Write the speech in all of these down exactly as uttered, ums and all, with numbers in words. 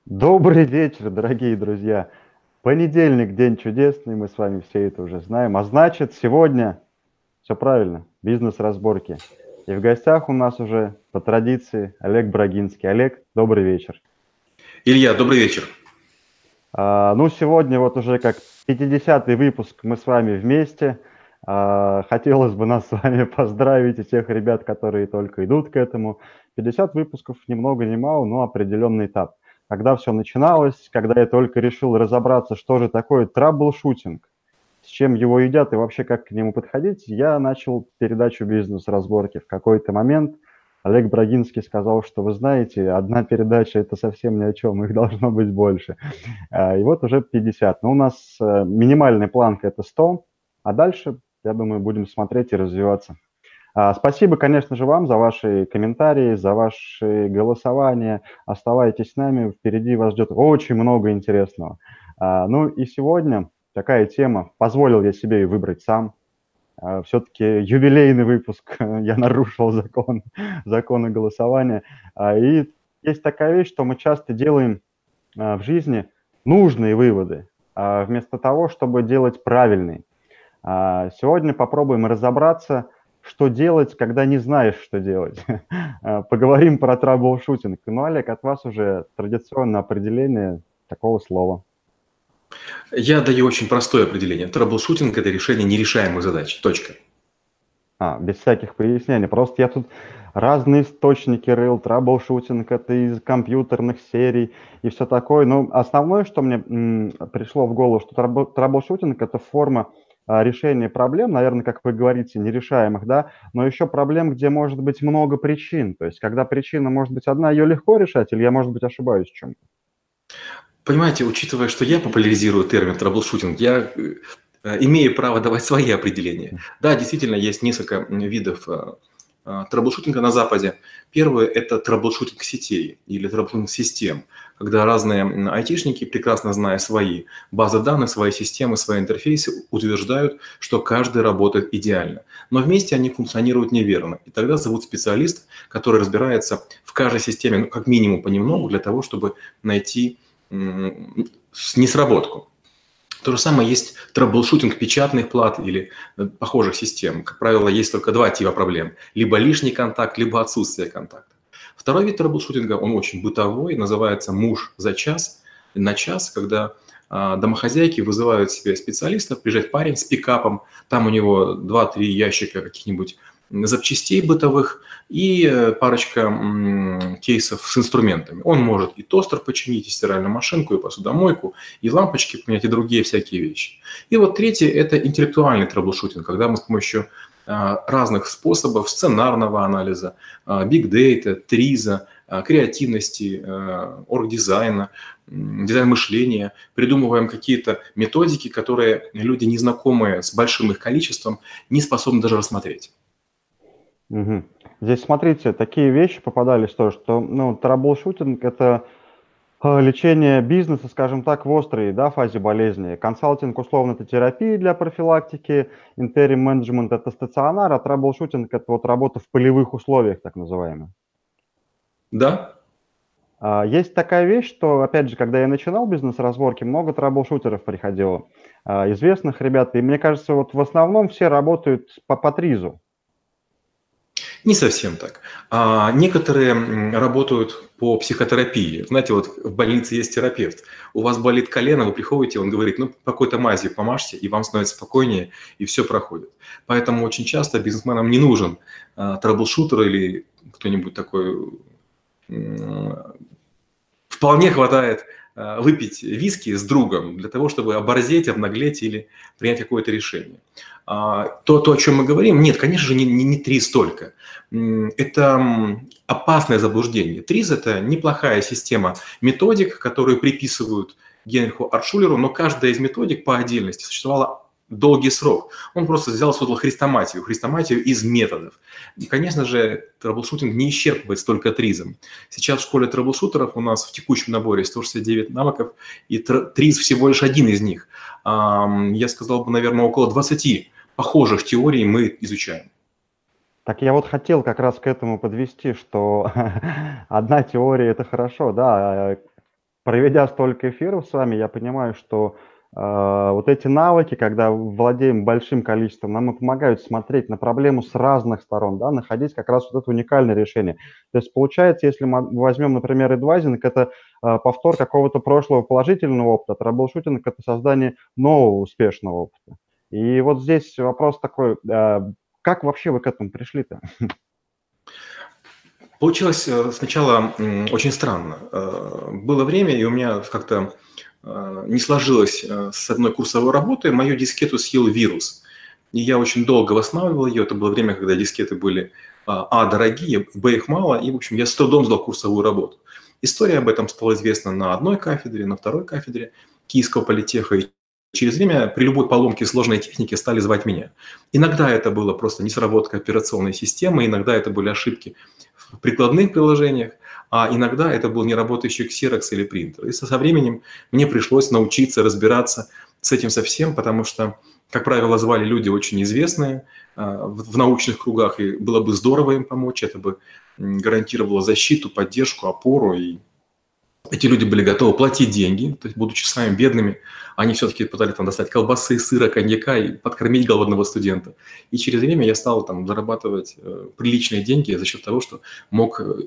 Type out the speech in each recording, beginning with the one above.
Добрый вечер, дорогие друзья! Понедельник- день чудесный, мы с вами все это уже знаем. А значит, сегодня всё правильно, бизнес-разборки. И в гостях у нас уже по традиции Олег Брагинский. Олег, добрый вечер. Илья, добрый вечер. А, ну, сегодня вот уже как пятидесятый выпуск мы с вами вместе. А, хотелось бы нас с вами поздравить и тех ребят, которые только идут к этому. пятьдесят выпусков ни много ни мало, но определенный этап. Когда всё начиналось, когда я только решил разобраться, что же такое траблшутинг, с чем его едят и вообще как к нему подходить, я начал передачу "Бизнес-разборки". В какой-то момент Олег Брагинский сказал, что: "Вы знаете, одна передача- это совсем ни о чём, их должно быть больше". А, и вот уже пятьдесят. Но у нас, э, минимальная планка- это сто, а дальше, я думаю, будем смотреть и развиваться. А, спасибо, конечно же, вам за ваши комментарии, за ваши голосования. Оставайтесь с нами, впереди вас ждет очень много интересного. А, ну и сегодня такая тема, позволил я себе ее выбрать сам. А, всё-таки юбилейный выпуск, я нарушил закон законы голосования. А, и есть такая вещь, что мы часто делаем, а, в жизни нужные выводы, а, вместо того, чтобы делать правильные. А, сегодня попробуем разобраться, что делать, когда не знаешь, что делать. А, поговорим про траблшутинг. Ну, Олег, от вас уже традиционное определение такого слова. Я даю очень простое определение: траблшутинг- это решение нерешаемых задач. Точка. А, без всяких пояснений. Просто я тут разные источники рыл. Траблшутинг- это из компьютерных серий и всё такое. Но основное, что мне, м, пришло в голову, что трабл траблшутинг- это форма, а, решения проблем, наверно, как вы говорите, нерешаемых, да, но еще проблем, где может быть много причин. То есть когда причина может быть одна, ее легко решать или я, может быть, ошибаюсь в чём-то? Понимаете, учитывая, что я популяризирую термин траблшутинг, я, э, э, имею право давать свои определения. М. Да, действительно, есть несколько, м, видов, а, а, траблшутинга на Западе. Первое- это траблшутинг сетей или траблшутинг систем, когда разные, м, айтишники, прекрасно зная свои базы данных, свои системы, свои интерфейсы, утверждают, что каждый работает идеально. Но вместе они функционируют неверно. И тогда зовут специалиста, который разбирается в каждой системе, ну, как минимум понемногу, для того чтобы найти, м, с несработку. То же самое есть траблшутинг печатных плат или, э, похожих систем. Как правило, есть только два типа проблем: либо лишний контакт, либо отсутствие контакта. Второй вид траблшутинга, он очень бытовой, называется "муж за час", на час, когда, а, домохозяйки вызывают себе специалиста. Приезжает парень с пикапом, там у него два три ящика каких-нибудь, м, запчастей бытовых и, э, парочка, м, кейсов с инструментами. Он может и тостер починить, и стиральную машинку, и посудомойку, и лампочки поменять, и другие всякие вещи. И вот третий- это интеллектуальный траблшутинг, когда мы с помощью, а, разных способов сценарного анализа, а, биг-дейта, триза, а, креативности, а, оргдизайна, м, дизайн-мышления придумываем какие-то методики, которые люди, незнакомые с большим их количеством, не способны даже рассмотреть. Мгм. Здесь, смотрите, такие вещи попадались тоже, что, ну, траблшутинг- это, а, лечение бизнеса, скажем так, в острой, да, фазе болезни. Консалтинг, условно, это терапия для профилактики, интерим-менеджмент- это стационар, а траблшутинг- это вот работа в полевых условиях, так называемая. Да. А, есть такая вещь, что, опять же, когда я начинал бизнес-разборки, много траблшутеров приходило, а, известных ребят. И мне кажется, вот в основном все работают по по тризу. Не совсем так. А, некоторые, м, работают по психотерапии. Знаете, вот в больнице есть терапевт. У вас болит колено, вы приходите, он говорит: "Ну, такой-то мазью помажьте", и вам становится спокойнее, и всё проходит. Поэтому очень часто бизнесменам не нужен, а, траблшутер или кто-нибудь такой, м. Вполне хватает, а, выпить виски с другом для того, чтобы оборзеть, обнаглеть или принять какое-то решение. А, то, то, о чём мы говорим, нет, конечно же, не не не триз только. М, это, м, опасное заблуждение. Триз- это неплохая система методик, которые приписывают Генриху Альтшулеру, но каждая из методик по отдельности существовала долгий срок. Он просто взял, создал хрестоматию, хрестоматию из методов. И, конечно же, траблшутинг не исчерпывается только тризом. Сейчас в школе траблшутеров у нас в текущем наборе сто шестьдесят девять навыков, и тр триз всего лишь один из них. Ам, я сказал бы, наверно, около двадцати похожих теорий мы изучаем. Так я вот хотел как раз к этому подвести, что одна теория- это хорошо, да, а, проведя столько эфиров с вами, я понимаю, что а, вот эти навыки, когда владеем большим количеством, нам и помогают смотреть на проблему с разных сторон, да, находить как раз вот это уникальное решение. То есть получается, если мы возьмем, например, эдвайзинг, это а, повтор какого-то прошлого положительного опыта, трэблшутинг– это создание нового успешного опыта. И вот здесь вопрос такой, а, как вообще вы к этому пришли-то? Получилось э, сначала м, очень странно. Э, Было время, и у меня как-то э, не сложилось э, с одной курсовой работы, мою дискету съел вирус. И я очень долго восстанавливал ее. Это было время, когда дискеты были а, а, дорогие, б, их мало, и, в общем, я с трудом сдал курсовую работу. История об этом стала известна на одной кафедре, на второй кафедре Киевского политеха, и через время при любой поломке сложной техники стали звать меня. Иногда это было просто несработка операционной системы, иногда это были ошибки в прикладных приложениях, а иногда это был неработающий Xerox или принтер. И со временем мне пришлось научиться разбираться с этим совсем, потому что, как правило, звали люди очень известные а, в научных кругах, и было бы здорово им помочь, это бы гарантировало защиту, поддержку, опору, и эти люди были готовы платить деньги, то есть, будучи сами бедными, они все-таки пытались там достать колбасы, сыра, коньяка и подкормить голодного студента. И через время я стал там зарабатывать э, приличные деньги за счет того, что мог э,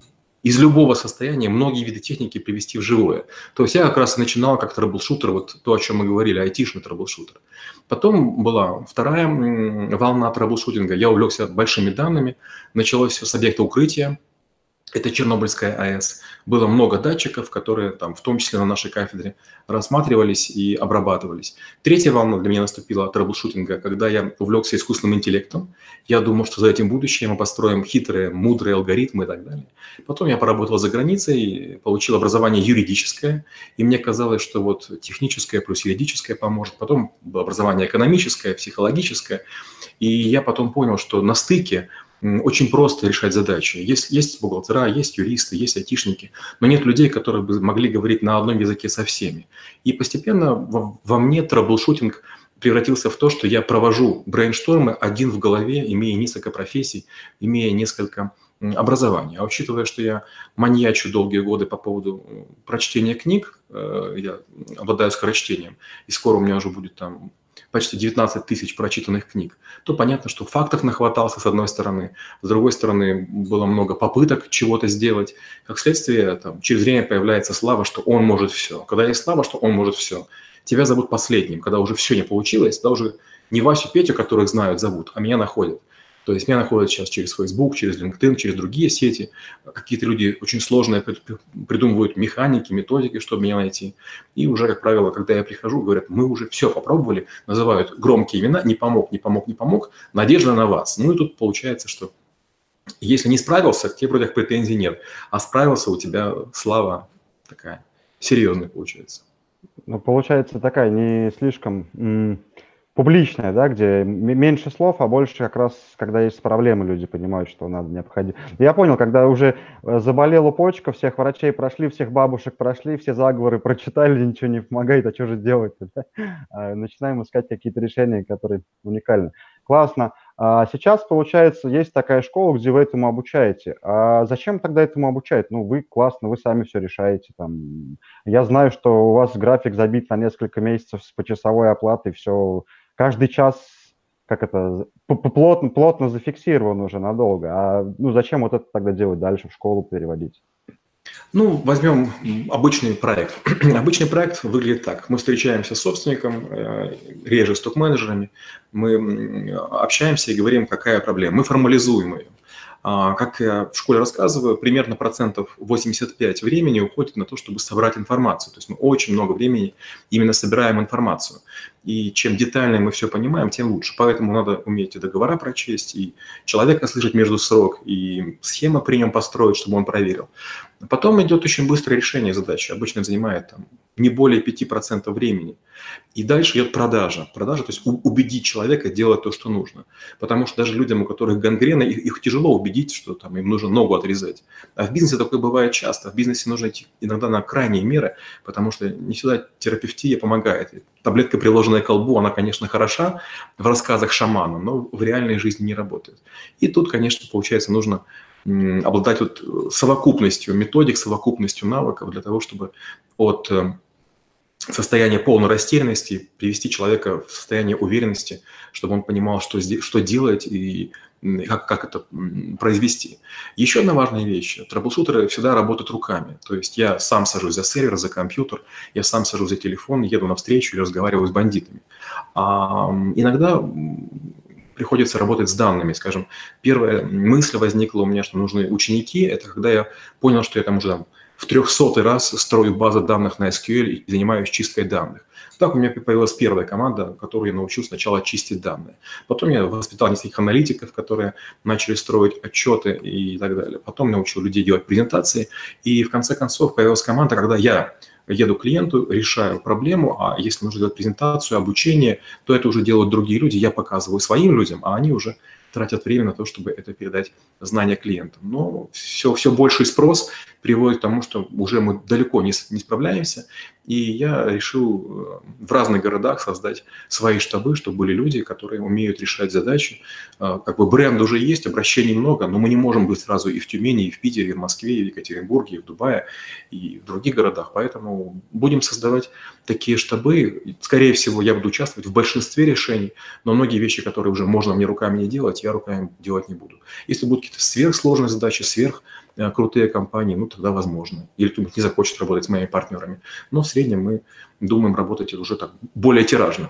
из любого состояния многие виды техники привести в живое. То есть я как раз начинал как трэблшутер, вот то, о чем мы говорили, айтишный трэблшутер. Потом была вторая м, волна трэблшутинга. Я увлекся большими данными. Началось все с объекта укрытия. Это Чернобыльская АЭС. Было много датчиков, которые там, в том числе на нашей кафедре, рассматривались и обрабатывались. Третья волна для меня наступила трэблшутинга, когда я увлекся искусственным интеллектом. Я думал, что за этим будущее мы построим хитрые, мудрые алгоритмы и так далее. Потом я поработал за границей, получил образование юридическое, и мне казалось, что вот техническое плюс юридическое поможет. Потом было образование экономическое, психологическое. И я потом понял, что на стыке очень просто решать задачи. Есть, есть бухгалтера, есть юристы, есть айтишники, но нет людей, которые бы могли говорить на одном языке со всеми. И постепенно во, во мне трэблшутинг превратился в то, что я провожу брейнштормы один в голове, имея несколько профессий, имея несколько образований. А учитывая, что я маньячу долгие годы по поводу прочтения книг, я обладаю скорочтением, и скоро у меня уже будет там почти девятнадцать тысяч прочитанных книг, то понятно, что фактов нахватался с одной стороны, с другой стороны было много попыток чего-то сделать. Как следствие, там, через время появляется слава, что он может все. Когда есть слава, что он может все, тебя зовут последним. Когда уже все не получилось, тогда уже не Васю, Петю, которых знают, зовут, а меня находят. То есть меня находят сейчас через Facebook, через LinkedIn, через другие сети. Какие-то люди очень сложные придумывают механики, методики, чтобы меня найти. И уже, как правило, когда я прихожу, говорят, мы уже все попробовали, называют громкие имена, не помог, не помог, не помог, надежда на вас. Ну и тут получается, что если не справился, к тебе вроде как претензий нет, а справился, у тебя слава такая серьезная получается. Ну, получается такая не слишком м, публичная, да, где м- меньше слов, а больше как раз, когда есть проблемы, люди понимают, что надо необходимо. Я понял, когда уже э, заболела почка, всех врачей прошли, всех бабушек прошли, все заговоры прочитали, ничего не помогает, а что же делать? Начинаем искать какие-то решения, которые уникальны. Классно. А сейчас, получается, есть такая школа, где вы этому обучаете. А зачем тогда этому обучать? Ну, вы классно, вы сами все решаете. Там. Я знаю, что у вас график забит на несколько месяцев с почасовой оплатой, все, каждый час, как это, п- п- плотно, плотно зафиксирован уже надолго. А ну, зачем вот это тогда делать дальше, в школу переводить? Ну, возьмем обычный проект. Обычный проект выглядит так. Мы встречаемся с собственником, э, реже с топ-менеджерами, мы общаемся и говорим, какая проблема. Мы формализуем ее. А, Как я в школе рассказываю, примерно процентов восемьдесят пять времени уходит на то, чтобы собрать информацию. То есть мы очень много времени именно собираем информацию. И чем детальнее мы все понимаем, тем лучше. Поэтому надо уметь и договора прочесть, и человека слышать между строк, и схемы при нем построить, чтобы он проверил. Потом идет очень быстрое решение задачи. Обычно это занимает там, не более пяти процентов времени. И дальше идет продажа. Продажа, то есть у- убедить человека делать то, что нужно. Потому что даже людям, у которых гангрена, их, их тяжело убедить, что там, им нужно ногу отрезать. А в бизнесе такое бывает часто. В бизнесе нужно идти иногда на крайние меры, потому что не всегда терапевтия помогает. И таблетка, приложенная к колбу, она, конечно, хороша в рассказах шамана, но в реальной жизни не работает. И тут, конечно, получается, нужно обладать вот совокупностью методик, совокупностью навыков для того, чтобы от состояния полной растерянности привести человека в состояние уверенности, чтобы он понимал, что, что делать и как, как это произвести. Еще одна важная вещь. Трэблшутеры всегда работают руками. То есть я сам сажусь за сервер, за компьютер, я сам сажусь за телефон, еду навстречу или разговариваю с бандитами. А иногда приходится работать с данными. Скажем, первая мысль возникла у меня, что нужны ученики. Это когда я понял, что я там уже там, в трехсотый раз строю базы данных на эс кью эль и занимаюсь чисткой данных. Так у меня появилась первая команда, которую я научил сначала чистить данные. Потом я воспитал нескольких аналитиков, которые начали строить отчеты и так далее. Потом я научил людей делать презентации. И в конце концов появилась команда, когда я еду к клиенту, решаю проблему, а если нужно делать презентацию, обучение, то это уже делают другие люди. Я показываю своим людям, а они уже тратят время на то, чтобы это передать знания клиентам. Но все, все больший спрос приводит к тому, что уже мы далеко не, не справляемся. И я решил в разных городах создать свои штабы, чтобы были люди, которые умеют решать задачи. Как бы бренд уже есть, обращений много, но мы не можем быть сразу и в Тюмени, и в Питере, и в Москве, и в Екатеринбурге, и в Дубае, и в других городах. Поэтому будем создавать такие штабы. Скорее всего, я буду участвовать в большинстве решений, но многие вещи, которые уже можно мне руками не делать, я руками делать не буду. Если будут какие-то сверхсложные задачи, сверх крутые компании, ну тогда возможно. Или кто-нибудь не захочет работать с моими партнерами. Но в среднем мы думаем работать уже так более тиражно.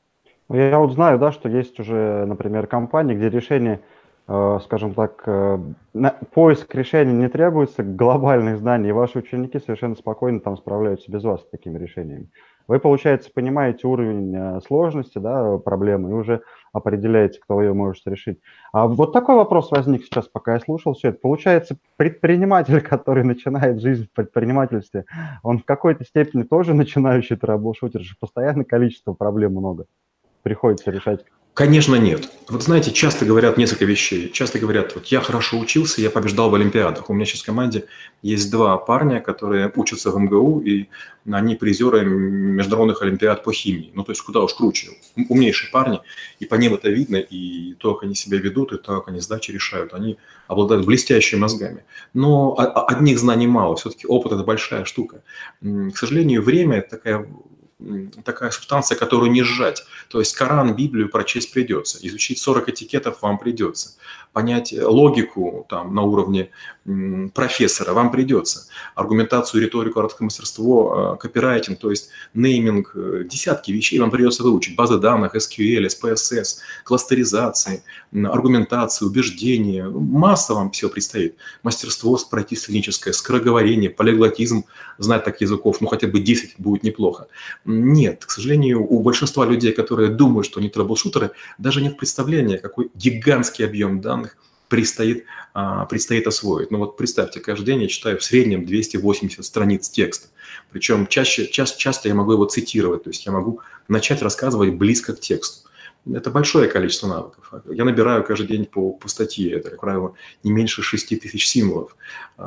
Я вот знаю, да, что есть уже, например, компании, где решение, э, скажем так, э, на, поиск решений не требуется, глобальных знаний, и ваши ученики совершенно спокойно там справляются без вас с такими решениями. Вы, получается, понимаете уровень э, сложности, да, проблемы, и уже определяете, кто ее может решить. А вот такой вопрос возник сейчас, пока я слушал все это. Получается, предприниматель, который начинает жизнь в предпринимательстве, он в какой-то степени тоже начинающий трэблшутер, же постоянно количество проблем много приходится решать. Конечно, нет. Вот знаете, часто говорят несколько вещей. Часто говорят, вот я хорошо учился, я побеждал в олимпиадах. У меня сейчас в команде есть два парня, которые учатся в эм гэ у, и они призеры международных олимпиад по химии. Ну, то есть куда уж круче. Умнейшие парни, и по ним это видно, и то, как они себя ведут, и то, как они задачи решают. Они обладают блестящими мозгами. Но одних знаний мало. Все-таки опыт – это большая штука. К сожалению, время – это такая... такая субстанция, которую не сжать. То есть Коран, Библию прочесть придется, изучить сорок этикетов вам придется, понять логику там, на уровне профессора вам придется, аргументацию, риторику, ораторское мастерство, копирайтинг, то есть нейминг, десятки вещей вам придется выучить, базы данных, эс кью эль, эс пи эс эс, кластеризации, аргументацию, убеждения, масса вам всего предстоит. Мастерство пройти сценическое, скороговорение, полиглотизм, знать так языков, ну хотя бы десять будет неплохо. Нет, к сожалению, у большинства людей, которые думают, что они трэблшутеры, даже нет представления, какой гигантский объем данных предстоит, а, предстоит освоить. Ну вот представьте, каждый день я читаю в среднем двести восемьдесят страниц текста. Причем чаще, ча- часто я могу его цитировать, то есть я могу начать рассказывать близко к тексту. Это большое количество навыков. Я набираю каждый день по, по статье, это, как правило, не меньше шести тысяч символов.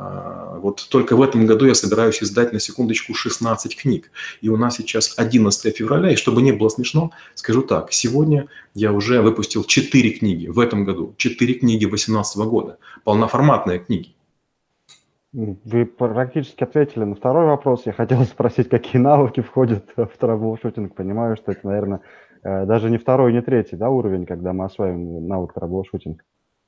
А, вот только в этом году я собираюсь издать, на секундочку, шестнадцать книг. И у нас сейчас одиннадцатое февраля, и чтобы не было смешно, скажу так, сегодня я уже выпустил четыре книги в этом году, четыре книги две тысячи восемнадцатого года, полноформатные книги. Вы практически ответили на второй вопрос. Я хотел спросить, какие навыки входят в трэблшутинг. Понимаю, что это, наверное, даже не второй, не третий, да, уровень, когда мы осваиваем навык трэблшутинг.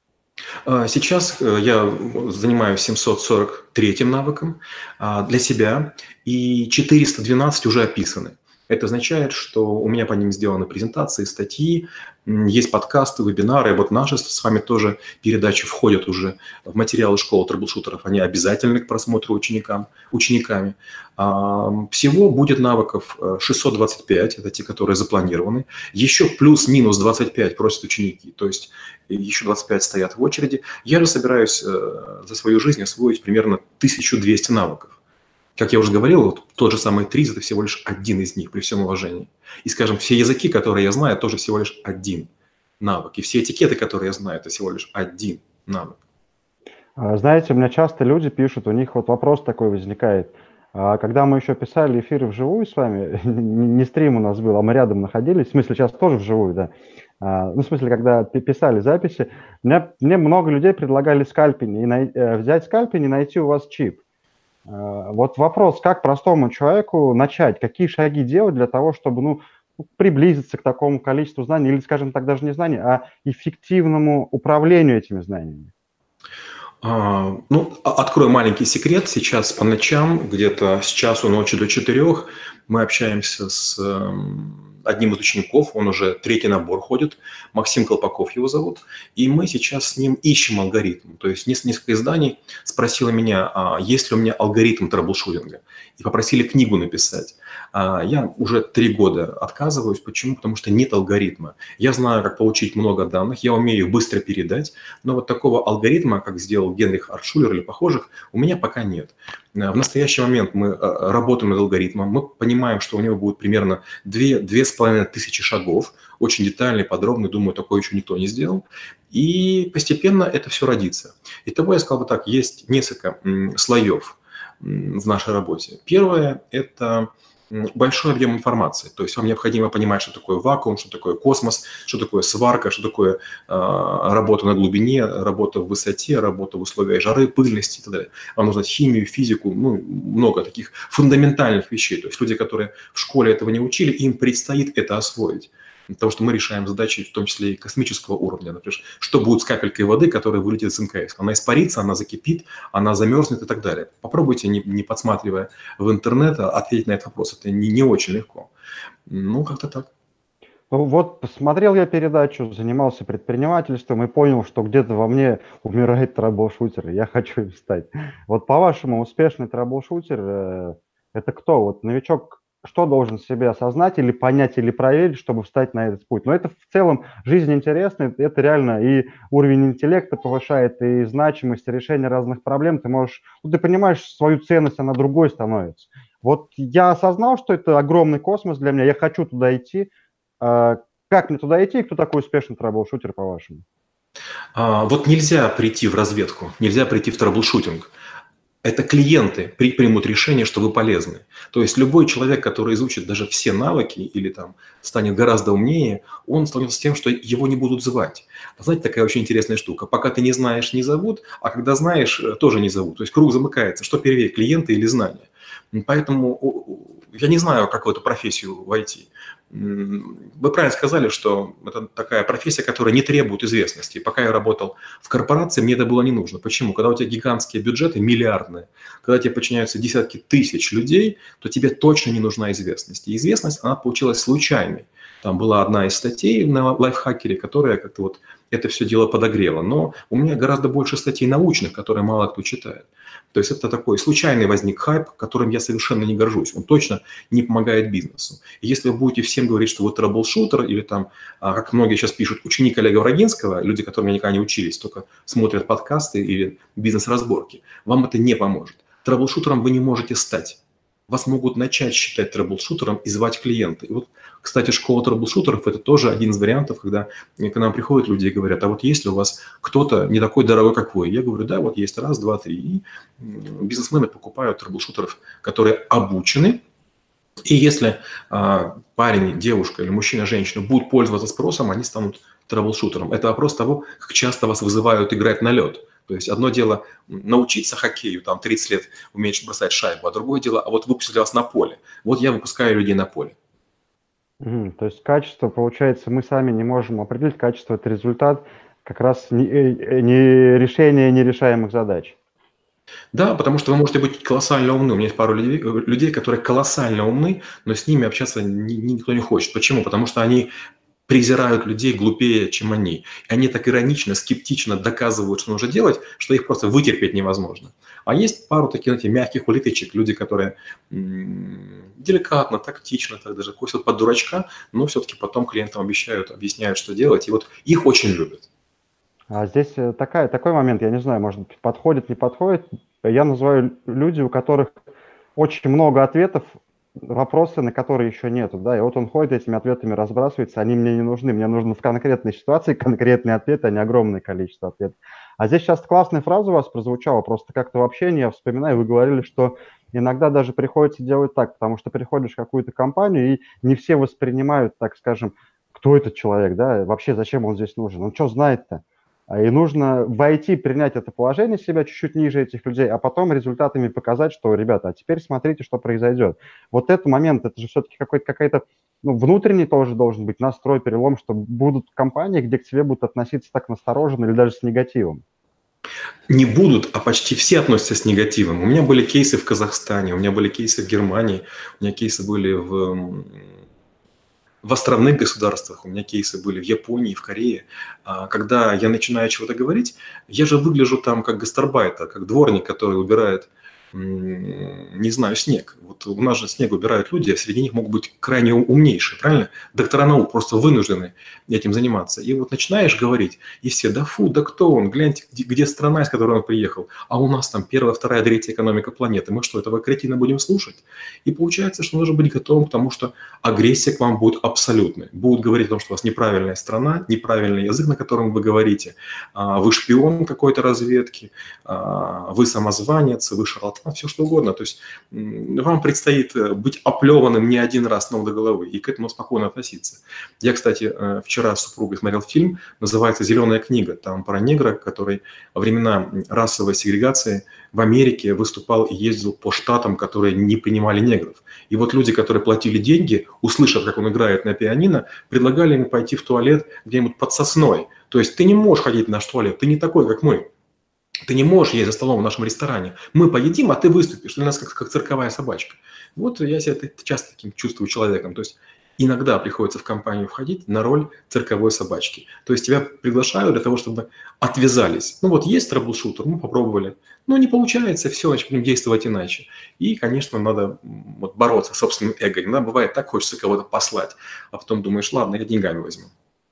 Сейчас я занимаюсь семьсот сорок третьим навыком для себя, и четыреста двенадцать уже описаны. Это означает, что у меня по ним сделаны презентации, статьи, есть подкасты, вебинары. Вот наши с вами тоже передачи входят уже в материалы школы трэблшутеров. Они обязательны к просмотру ученикам, учениками. Всего будет навыков шестьсот двадцать пять, это те, которые запланированы. Еще плюс-минус двадцать пять просят ученики, то есть еще двадцать пять стоят в очереди. Я же собираюсь за свою жизнь освоить примерно тысячу двести навыков. Как я уже говорил, вот тот же самый ТРИЗ – это всего лишь один из них, при всем уважении. И, скажем, все языки, которые я знаю, тоже всего лишь один навык. И все этикеты, которые я знаю, это всего лишь один навык. Знаете, у меня часто люди пишут, у них вот вопрос такой возникает. Когда мы еще писали эфиры вживую с вами, не стрим у нас был, а мы рядом находились, в смысле сейчас тоже вживую, да, А, ну, в смысле, когда пи- писали записи, мне, мне много людей предлагали скальпинг и най- э, взять скальпинг и найти у вас чип. А, Вот вопрос, как простому человеку начать, какие шаги делать для того, чтобы, ну, ну, приблизиться к такому количеству знаний, или, скажем так, даже не знаний, а эффективному управлению этими знаниями? А, Ну, а- открою маленький секрет. Сейчас по ночам, где-то с часу ночи до четырех, мы общаемся с эм, одним из учеников, он уже третий набор ходит, Максим Колпаков его зовут, и мы сейчас с ним ищем алгоритм. То есть нес- несколько изданий спросило меня, а есть ли у меня алгоритм трэблшутинга, и попросили книгу написать. А Я уже три года отказываюсь. Почему? Потому что нет алгоритма. Я знаю, как получить много данных, я умею их быстро передать, но вот такого алгоритма, как сделал Генрих Артшулер или похожих, у меня пока нет. Э, В настоящий момент мы э, работаем над алгоритмом, мы понимаем, что у него будет примерно две, две с половиной тысячи шагов, очень детальный, подробный, думаю, такое еще никто не сделал. И постепенно это все родится. Итого я сказал бы так, есть несколько м, слоев м, в нашей работе. Первое – это м, большой объем информации. То есть вам необходимо понимать, что такое вакуум, что такое космос, что такое сварка, что такое а, работа на глубине, работа в высоте, работа в условиях жары, пыльности и так далее. Вам нужно химию, физику, ну, много таких фундаментальных вещей. То есть люди, которые в школе этого не учили, им предстоит это освоить. Потому что мы решаем задачи, в том числе и космического уровня. Например, что будет с капелькой воды, которая вылетит из МКС? Она испарится, она закипит, она замерзнет и так далее. Попробуйте, не, не подсматривая в интернет, ответить на этот вопрос. Это не, не очень легко. Ну, как-то так. Ну, вот посмотрел я передачу, занимался предпринимательством и понял, что где-то во мне умирает трэблшутер, и я хочу им стать. Вот по-вашему, успешный трэблшутер э, это кто? Вот новичок что должен в себе осознать или понять, или проверить, чтобы встать на этот путь? Но это в целом жизнь интересная, это реально и уровень интеллекта повышает, и значимость решения разных проблем. Ты можешь, ну, ты понимаешь свою ценность, она другой становится. Вот я осознал, что это огромный космос для меня, я хочу туда идти. А, как мне туда идти? Кто такой успешный трэблшутер, по-вашему? А, вот нельзя прийти в разведку, нельзя прийти в трэблшутинг. Это клиенты при- примут решение, что вы полезны. То есть любой человек, который изучит даже все навыки или там станет гораздо умнее, он столкнется с тем, что его не будут звать. Знаете, такая очень интересная штука. Пока ты не знаешь, не зовут, а когда знаешь, э, тоже не зовут. То есть круг замыкается. Что первее, клиенты или знания? Поэтому я не знаю, как в эту профессию войти. Вы правильно сказали, что это такая профессия, которая не требует известности. Пока я работал в корпорации, мне это было не нужно. Почему? Когда у тебя гигантские бюджеты, миллиардные, когда тебе подчиняются десятки тысяч людей, то тебе точно не нужна известность. И известность, она получилась случайной. Там была одна из статей на лайфхакере, которая как-то вот это все дело подогрела. Но у меня гораздо больше статей научных, которые мало кто читает. То есть это такой случайный возник хайп, которым я совершенно не горжусь. Он точно не помогает бизнесу. И если вы будете всем говорить, что вы трэблшутер или там, а, как многие сейчас пишут, ученик Олега Врагинского, люди, которые никогда не учились, только смотрят подкасты или бизнес-разборки, вам это не поможет. Трэблшутером вы не можете стать. Вас могут начать считать трэблшутером и звать клиента. И вот, кстати, школа трэблшутеров – это тоже один из вариантов, когда к нам приходят люди и говорят, а вот есть ли у вас кто-то не такой дорогой, как вы? Я говорю, да, вот есть раз, два, три. И бизнесмены покупают трэблшутеров, которые обучены. И если а, парень, девушка или мужчина, женщина будут пользоваться спросом, они станут трэблшутером. Это вопрос того, как часто вас вызывают играть на лед. То есть одно дело научиться хоккею, там тридцать лет умеешь бросать шайбу, а другое дело, а вот выпустили вас на поле. Вот я выпускаю людей на поле. Мгм. То есть качество, получается, мы сами не можем определить. Качество – это результат как раз не, э, э, не решения нерешаемых задач. Да, потому что вы можете быть колоссально умны. У меня есть пару людей, э, людей, которые колоссально умны, но с ними общаться ни- никто не хочет. Почему? Потому что они презирают людей глупее, чем они. И они так иронично, скептично доказывают, что нужно делать, что их просто вытерпеть невозможно. А есть пару таких, знаете, мягких улиточек, люди, которые м, деликатно, тактично, так даже косят под дурачка, но все-таки потом клиентам обещают, объясняют, что делать. И вот их очень любят. А здесь э, такая, такой момент, я не знаю, может быть, подходит, не подходит. Я называю люди, у которых очень много ответов, вопросы, на которые еще нету, да, и вот он ходит этими ответами разбрасывается, они мне не нужны, мне нужны в конкретной ситуации конкретные ответы, а не огромное количество ответов. А здесь сейчас классная фраза у вас прозвучала, просто как-то в общении я вспоминаю, вы говорили, что иногда даже приходится делать так, потому что приходишь в какую-то компанию, и не все воспринимают, так скажем, кто этот человек, да, вообще зачем он здесь нужен, он что знает-то? А И нужно войти, принять это положение себя чуть-чуть ниже этих людей, а потом результатами показать, что, ребята, а теперь смотрите, что произойдет. Вот этот момент, это же все-таки какой-то, какая-то, ну, внутренний тоже должен быть настрой, перелом, что будут компании, где к тебе будут относиться так настороженно или даже с негативом. Не будут, а почти все относятся с негативом. У меня были кейсы в Казахстане, у меня были кейсы в Германии, у меня кейсы были в, в островных государствах, у меня кейсы были в Японии, в Корее. А когда я начинаю чего-то говорить, я же выгляжу там как гастарбайтер, как дворник, который убирает, м, не знаю, снег. Вот у нас же снег убирают люди, а среди них могут быть крайне умнейшие, правильно? Доктора наук просто вынуждены этим заниматься. И вот начинаешь говорить, и все, да фу, да кто он, гляньте, где, где страна, из которой он приехал, а у нас там первая, вторая, третья экономика планеты. Мы что, этого кретина будем слушать? И получается, что нужно быть готовым к тому, что агрессия к вам будет абсолютной. Будут говорить о том, что у вас неправильная страна, неправильный язык, на котором вы говорите, а, вы шпион какой-то разведки, а, вы самозванец, вы шарлатан, все что угодно. То есть м, вам предстоит э, быть оплеванным не один раз с ног до головы и к этому спокойно относиться. Я, кстати, э, вчера с супругой смотрел фильм, называется «Зеленая книга». Там про негра, который во времена расовой сегрегации в Америке выступал и ездил по штатам, которые не принимали негров. И вот люди, которые платили деньги, услышав, как он играет на пианино, предлагали ему пойти в туалет где-нибудь под сосной. То есть ты не можешь ходить в наш туалет, ты не такой, как мы. Ты не можешь есть за столом в нашем ресторане. Мы поедим, а ты выступишь. Для нас как, как цирковая собачка. Вот я себя часто таким чувствую человеком. То есть иногда приходится в компанию входить на роль цирковой собачки. То есть тебя приглашают для того, чтобы отвязались. Ну вот есть трэблшутер, мы попробовали. Но не получается, все, значит, будем действовать иначе. И, конечно, надо вот, бороться с собственным эго. Иногда бывает так, хочется кого-то послать, а потом думаешь, ладно, я деньгами возьму.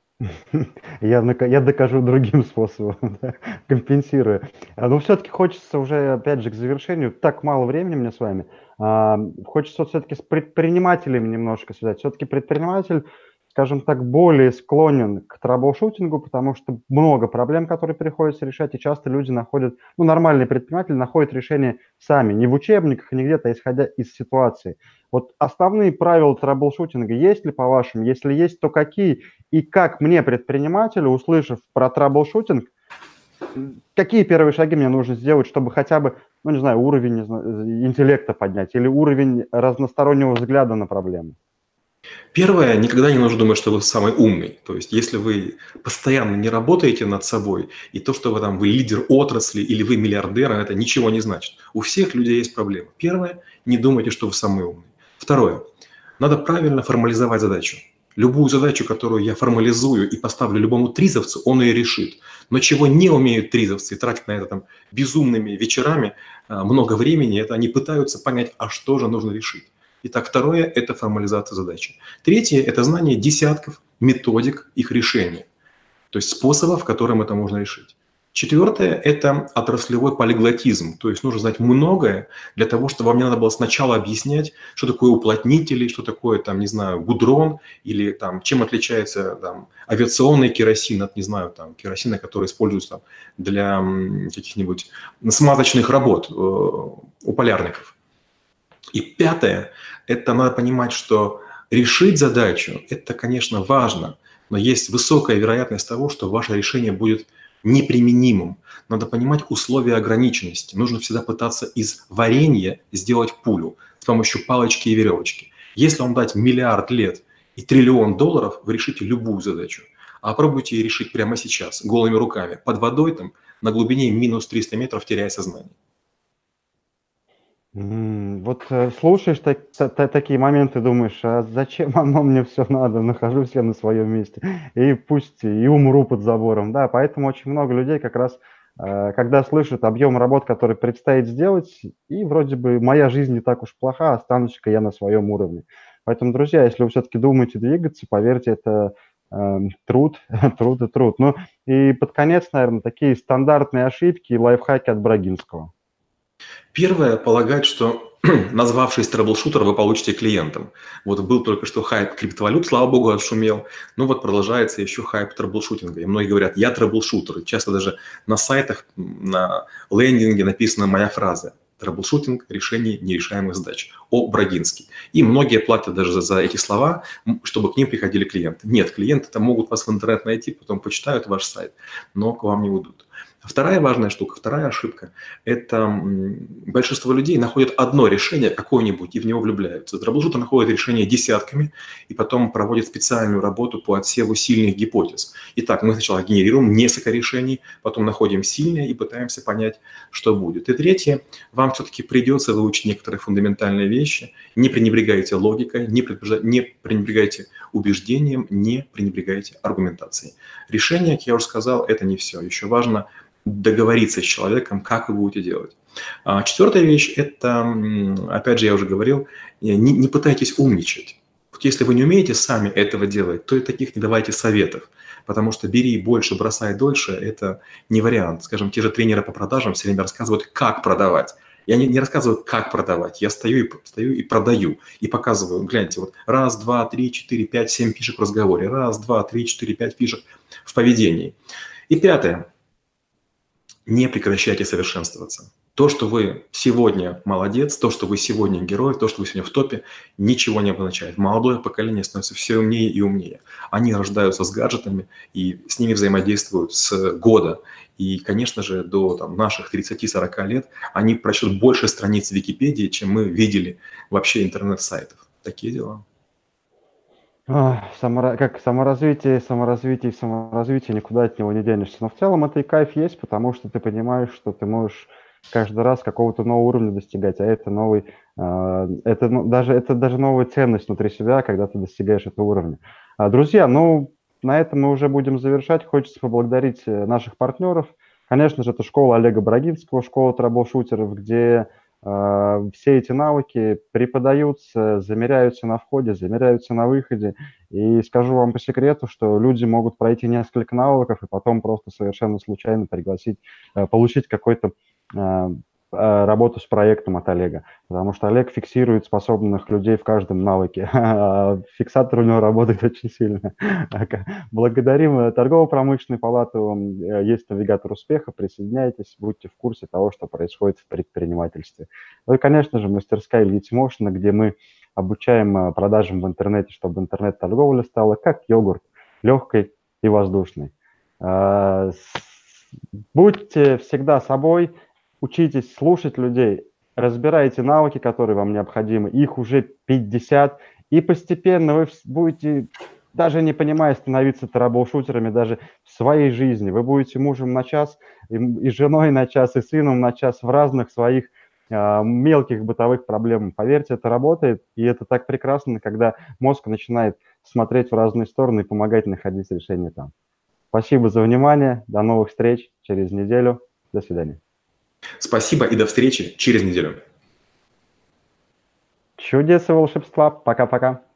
Я, нака- я докажу другим способом, да, компенсируя. А, Но все-таки хочется уже, опять же, к завершению. Так мало времени мне с вами. А, Хочется все-таки с предпринимателями немножко связать. Все-таки предприниматель, скажем так, более склонен к траблшутингу, потому что много проблем, которые приходится решать, и часто люди находят, ну, нормальные предприниматели находят решение сами, не в учебниках, не где-то, а исходя из ситуации. Вот основные правила траблшутинга есть ли, по-вашему? Если есть, то какие? И как мне, предпринимателю, услышав про траблшутинг, какие первые шаги мне нужно сделать, чтобы хотя бы, ну, не знаю, уровень не знаю, интеллекта поднять или уровень разностороннего взгляда на проблему? Первое, никогда не нужно думать, что вы самый умный. То есть, если вы постоянно не работаете над собой, и то, что вы там вы лидер отрасли или вы миллиардер, это ничего не значит. У всех людей есть проблемы. Первое, не думайте, что вы самый умный. Второе, надо правильно формализовать задачу. Любую задачу, которую я формализую и поставлю любому тризовцу, он ее решит. Но чего не умеют тризовцы и тратят на это там безумными вечерами а, много времени, это они пытаются понять, а что же нужно решить. Итак, второе – это формализация задачи. Третье – это знание десятков методик их решения, то есть способов, которым это можно решить. Четвертое – это отраслевой полиглотизм, то есть нужно знать многое для того, чтобы вам не надо было сначала объяснять, что такое уплотнители, что такое, там, не знаю, гудрон, или там, чем отличается там, авиационный керосин от, не знаю, там, керосина, который используется там, для каких-нибудь смазочных работ э, у полярников. И пятое – это надо понимать, что решить задачу – это, конечно, важно, но есть высокая вероятность того, что ваше решение будет неприменимым. Надо понимать условия ограниченности. Нужно всегда пытаться из варенья сделать пулю с помощью палочки и веревочки. Если вам дать миллиард лет и триллион долларов, вы решите любую задачу. А пробуйте ее решить прямо сейчас, голыми руками, под водой, там, на глубине минус триста метров, теряя сознание. М, Вот э, слушаешь так- та- та- такие моменты, думаешь, а зачем оно мне все надо, нахожусь я на своем месте, и пусть и умру под забором, да, поэтому очень много людей как раз, э, когда слышат объем работ, который предстоит сделать, и вроде бы моя жизнь не так уж плоха, останусь-ка я на своем уровне. Поэтому, друзья, если вы все-таки думаете двигаться, поверьте, это эм, труд, труд и труд. Ну и под конец, наверное, такие стандартные ошибки и лайфхаки от Брагинского. Первое – полагать, что назвавшись трэблшутер, вы получите клиентом. Вот был только что хайп криптовалют, слава богу, отшумел. Ну вот продолжается еще хайп трэблшутинга. И многие говорят, я трэблшутер. И часто даже на сайтах, на лендинге написана моя фраза. Трэблшутинг решений нерешаемых задач. О. Брагинский. И многие платят даже за, за эти слова, чтобы к ним приходили клиенты. Нет, клиенты-то могут вас в интернет найти, потом почитают ваш сайт, но к вам не уйдут. Вторая важная штука, вторая ошибка – это большинство людей находят одно решение какое-нибудь и в него влюбляются. Трэблшутер находит решение десятками и потом проводит специальную работу по отсеву сильных гипотез. Итак, мы сначала генерируем несколько решений, потом находим сильные и пытаемся понять, что будет. И третье, вам все-таки придется выучить некоторые фундаментальные вещи. Не пренебрегайте логикой, не пренебрегайте убеждением, не пренебрегайте аргументацией. Решение, как я уже сказал, это не все. Еще важно договориться с человеком, как вы будете делать. А четвертая вещь – это, опять же, я уже говорил, не, не пытайтесь умничать. Вот если вы не умеете сами этого делать, то и таких не давайте советов, потому что бери больше, бросай дольше – это не вариант. Скажем, те же тренеры по продажам все время рассказывают, как продавать. Я не, не рассказываю, как продавать, я стою и, стою и продаю, и показываю, гляньте, вот раз, два, три, четыре, пять, семь фишек в разговоре, раз, два, три, четыре, пять фишек в поведении. И пятое. Не прекращайте совершенствоваться. То, что вы сегодня молодец, то, что вы сегодня герой, то, что вы сегодня в топе, ничего не обозначает. Молодое поколение становится все умнее и умнее. Они рождаются с гаджетами и с ними взаимодействуют с года. И, конечно же, до там, наших тридцати-сорока лет они прочтут больше страниц Википедии, чем мы видели вообще интернет-сайтов. Такие дела. Самора... Как саморазвитие, саморазвитие, саморазвитие, никуда от него не денешься. Но в целом это и кайф есть, потому что ты понимаешь, что ты можешь каждый раз какого-то нового уровня достигать, а это новый, э, это ну, даже это даже новая ценность внутри себя, когда ты достигаешь этого уровня. А, друзья, ну на этом мы уже будем завершать. Хочется поблагодарить наших партнеров. Конечно же, это школа Олега Брагинского, школа трэблшутеров, где все эти навыки преподаются, замеряются на входе, замеряются на выходе. И скажу вам по секрету, что люди могут пройти несколько навыков и потом просто совершенно случайно пригласить, получить какой-то работу с проектом от Олега. Потому что Олег фиксирует способных людей в каждом навыке. Фиксатор у него работает очень сильно. Благодарим Торгово-промышленную палату. Есть навигатор успеха. Присоединяйтесь, будьте в курсе того, что происходит в предпринимательстве. Ну и, конечно же, мастерская Ильи Тимошина, где мы обучаем продажам в интернете, чтобы интернет-торговля стала как йогурт, легкой и воздушной. Будьте всегда собой. Учитесь слушать людей, разбирайте навыки, которые вам необходимы, их уже пятьдесят, и постепенно вы будете, даже не понимая, становиться трэблшутерами даже в своей жизни. Вы будете мужем на час, и, и женой на час, и сыном на час в разных своих э, мелких бытовых проблемах. Поверьте, это работает, и это так прекрасно, когда мозг начинает смотреть в разные стороны и помогать находить решение там. Спасибо за внимание, до новых встреч через неделю, до свидания. Спасибо и до встречи через неделю. Чудес и волшебства. Пока-пока.